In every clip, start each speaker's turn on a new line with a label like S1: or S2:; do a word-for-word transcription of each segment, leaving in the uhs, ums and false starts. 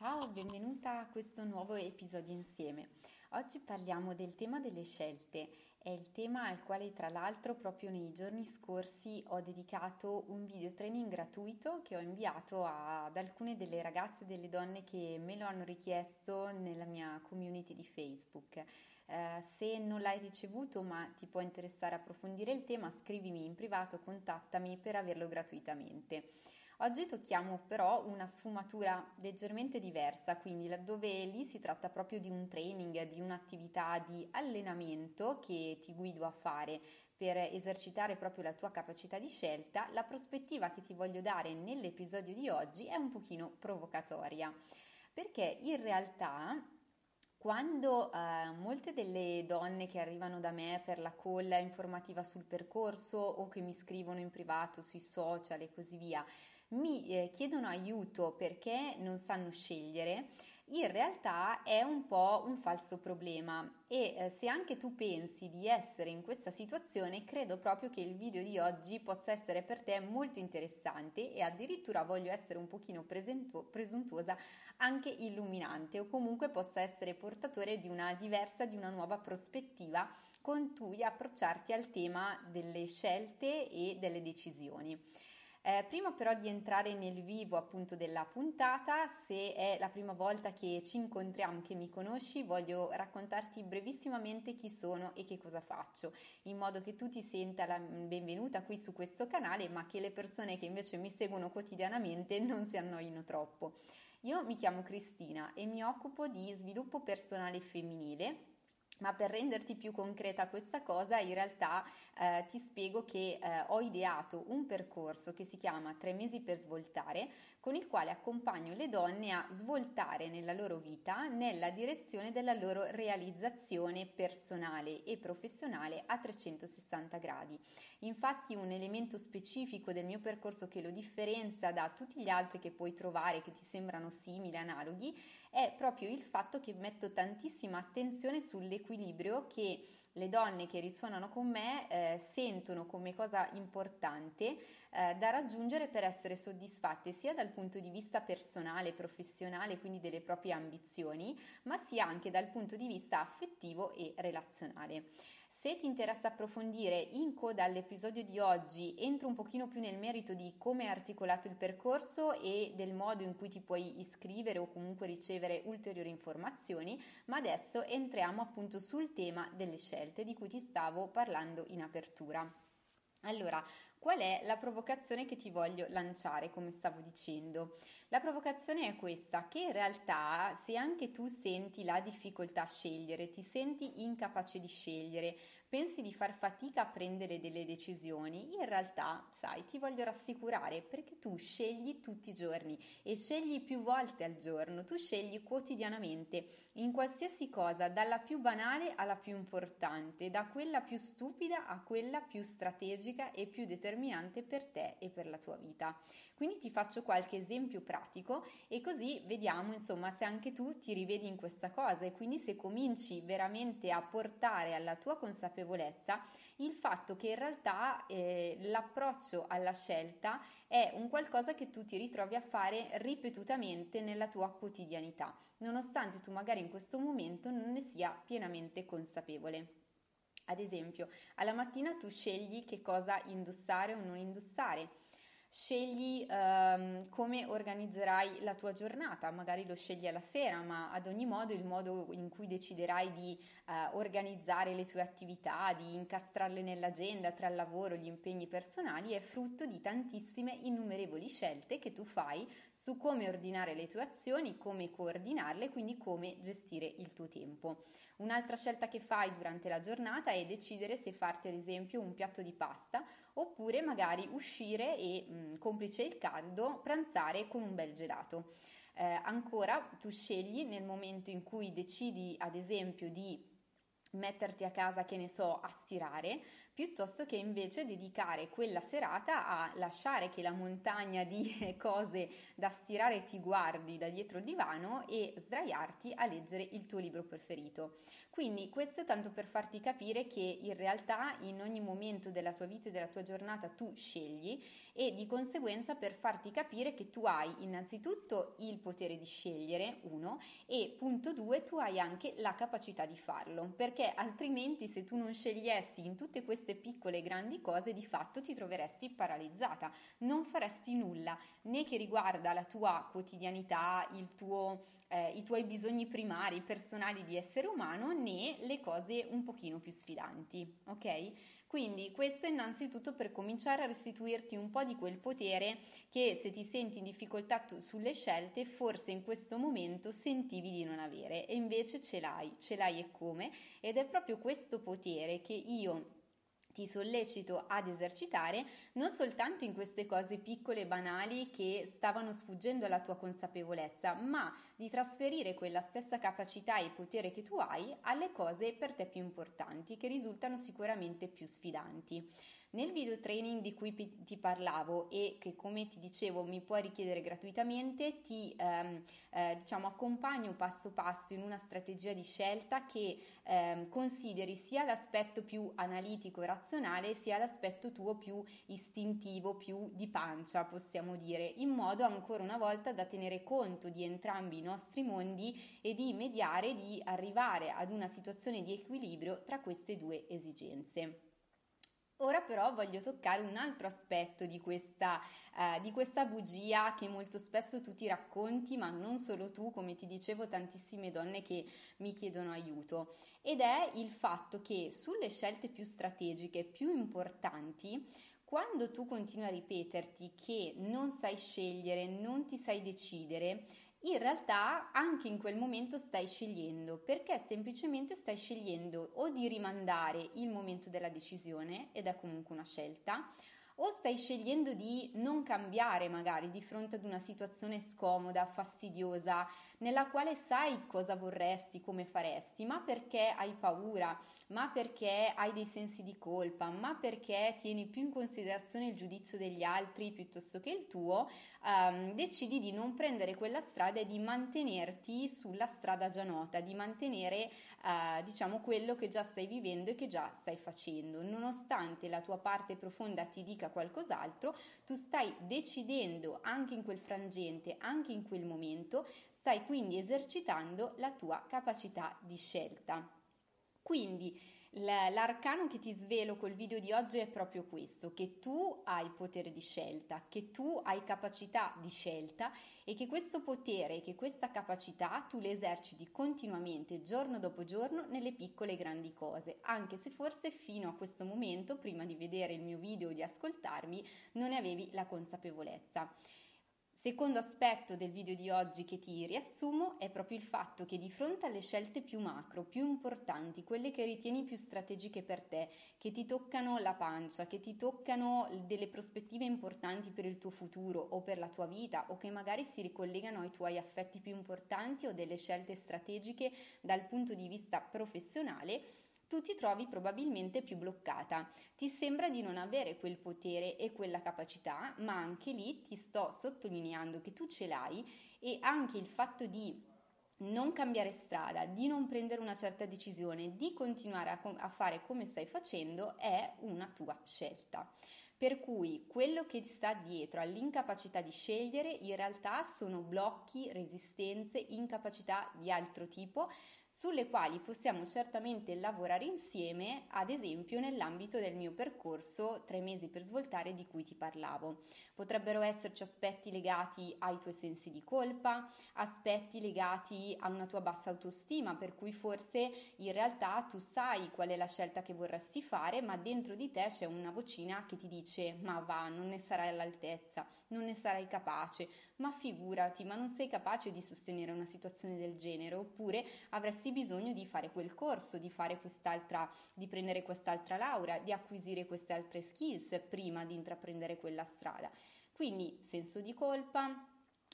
S1: Ciao, benvenuta a questo nuovo episodio insieme. Oggi parliamo del tema delle scelte. È il tema al quale tra l'altro proprio nei giorni scorsi ho dedicato un video training gratuito che ho inviato ad alcune delle ragazze e delle donne che me lo hanno richiesto nella mia community di Facebook. Eh, se non l'hai ricevuto ma ti può interessare approfondire il tema, scrivimi in privato, contattami per averlo gratuitamente. Oggi tocchiamo però una sfumatura leggermente diversa, quindi laddove lì si tratta proprio di un training, di un'attività di allenamento che ti guido a fare per esercitare proprio la tua capacità di scelta. La prospettiva che ti voglio dare nell'episodio di oggi è un pochino provocatoria, perché in realtà quando eh, molte delle donne che arrivano da me per la call informativa sul percorso o che mi scrivono in privato sui social e così via, mi eh, chiedono aiuto perché non sanno scegliere, in realtà è un po' un falso problema e eh, se anche tu pensi di essere in questa situazione, credo proprio che il video di oggi possa essere per te molto interessante e addirittura voglio essere un pochino presentu- presuntuosa, anche illuminante, o comunque possa essere portatore di una diversa, di una nuova prospettiva con cui approcciarti al tema delle scelte e delle decisioni. Eh, prima però di entrare nel vivo appunto della puntata, se è la prima volta che ci incontriamo, che mi conosci, voglio raccontarti brevissimamente chi sono e che cosa faccio, in modo che tu ti senta la benvenuta qui su questo canale, ma che le persone che invece mi seguono quotidianamente non si annoino troppo. Io mi chiamo Cristina e mi occupo di sviluppo personale femminile. Ma per renderti più concreta questa cosa, in realtà eh, ti spiego che eh, ho ideato un percorso che si chiama Tre mesi per svoltare, con il quale accompagno le donne a svoltare nella loro vita nella direzione della loro realizzazione personale e professionale a trecentosessanta gradi. Infatti un elemento specifico del mio percorso che lo differenzia da tutti gli altri che puoi trovare che ti sembrano simili, analoghi, è proprio il fatto che metto tantissima attenzione sull'equilibrio che le donne che risuonano con me eh, sentono come cosa importante eh, da raggiungere per essere soddisfatte sia dal punto di vista personale, professionale, quindi delle proprie ambizioni, ma sia anche dal punto di vista affettivo e relazionale. Se ti interessa approfondire in coda all'episodio di oggi, entro un pochino più nel merito di come è articolato il percorso e del modo in cui ti puoi iscrivere o comunque ricevere ulteriori informazioni, ma adesso entriamo appunto sul tema delle scelte di cui ti stavo parlando in apertura. Allora, qual è la provocazione che ti voglio lanciare, come stavo dicendo? La provocazione è questa, che in realtà se anche tu senti la difficoltà a scegliere, ti senti incapace di scegliere, pensi di far fatica a prendere delle decisioni, in realtà, sai, ti voglio rassicurare perché tu scegli tutti i giorni e scegli più volte al giorno, tu scegli quotidianamente in qualsiasi cosa, dalla più banale alla più importante, da quella più stupida a quella più strategica e più determinante per te e per la tua vita. Quindi ti faccio qualche esempio pratico e così vediamo insomma se anche tu ti rivedi in questa cosa e quindi se cominci veramente a portare alla tua consapevolezza il fatto che in realtà eh, l'approccio alla scelta è un qualcosa che tu ti ritrovi a fare ripetutamente nella tua quotidianità, nonostante tu magari in questo momento non ne sia pienamente consapevole. Ad esempio, alla mattina tu scegli che cosa indossare o non indossare. Scegli ehm, come organizzerai la tua giornata, magari lo scegli alla sera, ma ad ogni modo il modo in cui deciderai di eh, organizzare le tue attività, di incastrarle nell'agenda tra il lavoro e gli impegni personali è frutto di tantissime innumerevoli scelte che tu fai su come ordinare le tue azioni, come coordinarle, quindi come gestire il tuo tempo. Un'altra scelta che fai durante la giornata è decidere se farti ad esempio un piatto di pasta oppure magari uscire e, mh, complice il caldo, pranzare con un bel gelato. Eh, ancora, tu scegli nel momento in cui decidi ad esempio di metterti a casa, che ne so, a stirare, piuttosto che invece dedicare quella serata a lasciare che la montagna di cose da stirare ti guardi da dietro il divano e sdraiarti a leggere il tuo libro preferito. Quindi questo è tanto per farti capire che in realtà in ogni momento della tua vita e della tua giornata tu scegli, e di conseguenza per farti capire che tu hai innanzitutto il potere di scegliere, uno, e punto due, tu hai anche la capacità di farlo, perché altrimenti se tu non scegliessi in tutte queste piccole e grandi cose, di fatto ti troveresti paralizzata, non faresti nulla, né che riguarda la tua quotidianità, il tuo, eh, i tuoi bisogni primari, personali di essere umano, né le cose un pochino più sfidanti, ok? Quindi questo innanzitutto per cominciare a restituirti un po' di quel potere che, se ti senti in difficoltà tu, sulle scelte, forse in questo momento sentivi di non avere, e invece ce l'hai, ce l'hai e come, ed è proprio questo potere che io ti sollecito ad esercitare, non soltanto in queste cose piccole e banali che stavano sfuggendo alla tua consapevolezza, ma di trasferire quella stessa capacità e potere che tu hai alle cose per te più importanti, che risultano sicuramente più sfidanti. Nel video training di cui pi- ti parlavo e che, come ti dicevo, mi puoi richiedere gratuitamente, ti ehm, eh, diciamo accompagno passo passo in una strategia di scelta che ehm, consideri sia l'aspetto più analitico e razionale, sia l'aspetto tuo più istintivo, più di pancia, possiamo dire, in modo ancora una volta da tenere conto di entrambi i nostri mondi e di mediare, di arrivare ad una situazione di equilibrio tra queste due esigenze. Ora però voglio toccare un altro aspetto di questa, eh, di questa bugia che molto spesso tu ti racconti, ma non solo tu, come ti dicevo, tantissime donne che mi chiedono aiuto, ed è il fatto che sulle scelte più strategiche, più importanti, quando tu continui a ripeterti che non sai scegliere, non ti sai decidere, in realtà anche in quel momento stai scegliendo, perché semplicemente stai scegliendo o di rimandare il momento della decisione, ed è comunque una scelta, o stai scegliendo di non cambiare magari di fronte ad una situazione scomoda, fastidiosa, nella quale sai cosa vorresti, come faresti, ma perché hai paura, ma perché hai dei sensi di colpa, ma perché tieni più in considerazione il giudizio degli altri piuttosto che il tuo, ehm, decidi di non prendere quella strada e di mantenerti sulla strada già nota, di mantenere eh, diciamo quello che già stai vivendo e che già stai facendo, nonostante la tua parte profonda ti dica qualcos'altro. Tu stai decidendo anche in quel frangente, anche in quel momento, stai quindi esercitando la tua capacità di scelta. Quindi l'arcano che ti svelo col video di oggi è proprio questo, che tu hai potere di scelta, che tu hai capacità di scelta, e che questo potere, che questa capacità tu le eserciti continuamente, giorno dopo giorno, nelle piccole e grandi cose, anche se forse fino a questo momento, prima di vedere il mio video o di ascoltarmi, non ne avevi la consapevolezza. Secondo aspetto del video di oggi che ti riassumo è proprio il fatto che di fronte alle scelte più macro, più importanti, quelle che ritieni più strategiche per te, che ti toccano la pancia, che ti toccano delle prospettive importanti per il tuo futuro o per la tua vita, o che magari si ricollegano ai tuoi affetti più importanti o delle scelte strategiche dal punto di vista professionale, tu ti trovi probabilmente più bloccata, ti sembra di non avere quel potere e quella capacità, ma anche lì ti sto sottolineando che tu ce l'hai, e anche il fatto di non cambiare strada, di non prendere una certa decisione, di continuare a, com- a fare come stai facendo è una tua scelta. Per cui quello che sta dietro all'incapacità di scegliere in realtà sono blocchi, resistenze, incapacità di altro tipo, sulle quali possiamo certamente lavorare insieme, ad esempio nell'ambito del mio percorso tre mesi per svoltare di cui ti parlavo. Potrebbero esserci aspetti legati ai tuoi sensi di colpa, aspetti legati a una tua bassa autostima, per cui forse in realtà tu sai qual è la scelta che vorresti fare, ma dentro di te c'è una vocina che ti dice: ma va, non ne sarai all'altezza, non ne sarai capace, ma figurati, ma non sei capace di sostenere una situazione del genere, oppure avresti bisogno di fare quel corso, di fare quest'altra, di prendere quest'altra laurea, di acquisire queste altre skills prima di intraprendere quella strada. Quindi senso di colpa,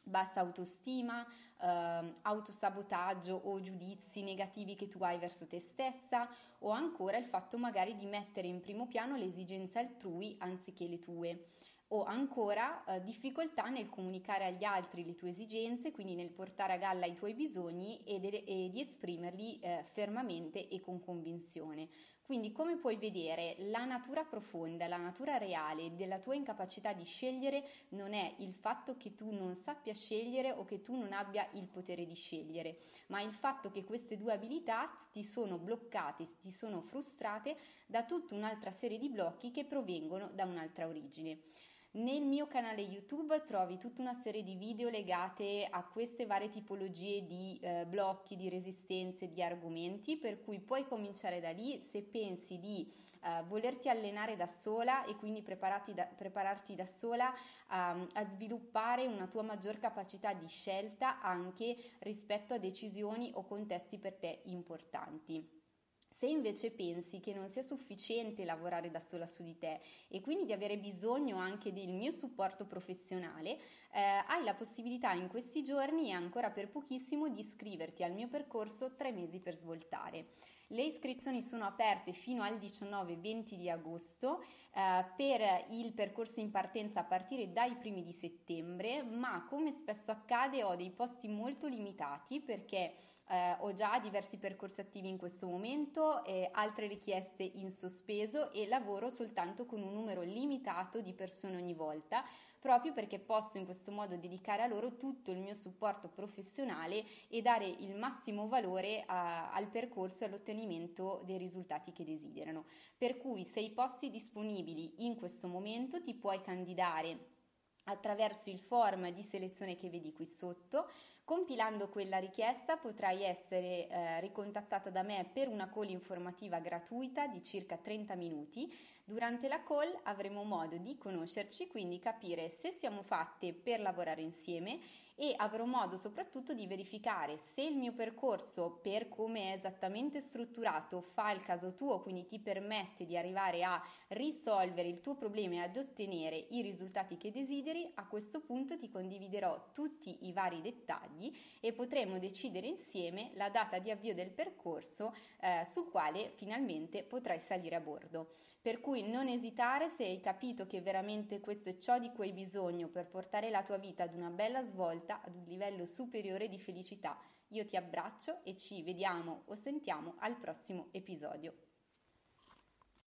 S1: bassa autostima, eh, autosabotaggio o giudizi negativi che tu hai verso te stessa, o ancora il fatto magari di mettere in primo piano le esigenze altrui anziché le tue. O ancora eh, difficoltà nel comunicare agli altri le tue esigenze, quindi nel portare a galla i tuoi bisogni e, de- e di esprimerli eh, fermamente e con convinzione. Quindi, come puoi vedere, la natura profonda, la natura reale della tua incapacità di scegliere non è il fatto che tu non sappia scegliere o che tu non abbia il potere di scegliere, ma il fatto che queste due abilità ti sono bloccate, ti sono frustrate da tutta un'altra serie di blocchi che provengono da un'altra origine. Nel mio canale YouTube trovi tutta una serie di video legate a queste varie tipologie di eh, blocchi, di resistenze, di argomenti, per cui puoi cominciare da lì se pensi di eh, volerti allenare da sola e quindi prepararti da, prepararti da sola a, a sviluppare una tua maggior capacità di scelta anche rispetto a decisioni o contesti per te importanti. Se invece pensi che non sia sufficiente lavorare da sola su di te e quindi di avere bisogno anche del mio supporto professionale, eh, hai la possibilità in questi giorni e ancora per pochissimo di iscriverti al mio percorso tre mesi per svoltare. Le iscrizioni sono aperte fino al diciannove venti di agosto eh, per il percorso in partenza a partire dai primi di settembre, ma come spesso accade ho dei posti molto limitati perché eh, ho già diversi percorsi attivi in questo momento, e altre richieste in sospeso e lavoro soltanto con un numero limitato di persone ogni volta, proprio perché posso in questo modo dedicare a loro tutto il mio supporto professionale e dare il massimo valore a, al percorso e all'ottenimento dei risultati che desiderano. Per cui se i posti disponibili in questo momento ti puoi candidare attraverso il form di selezione che vedi qui sotto. Compilando quella richiesta potrai essere eh, ricontattata da me per una call informativa gratuita di circa trenta minuti. Durante la call avremo modo di conoscerci, quindi capire se siamo fatte per lavorare insieme, e avrò modo soprattutto di verificare se il mio percorso, per come è esattamente strutturato, fa il caso tuo, quindi ti permette di arrivare a risolvere il tuo problema e ad ottenere i risultati che desideri. A questo punto ti condividerò tutti i vari dettagli e potremo decidere insieme la data di avvio del percorso eh, sul quale finalmente potrai salire a bordo. Per cui non esitare, se hai capito che veramente questo è ciò di cui hai bisogno per portare la tua vita ad una bella svolta, ad un livello superiore di felicità. Io ti abbraccio e ci vediamo o sentiamo al prossimo episodio.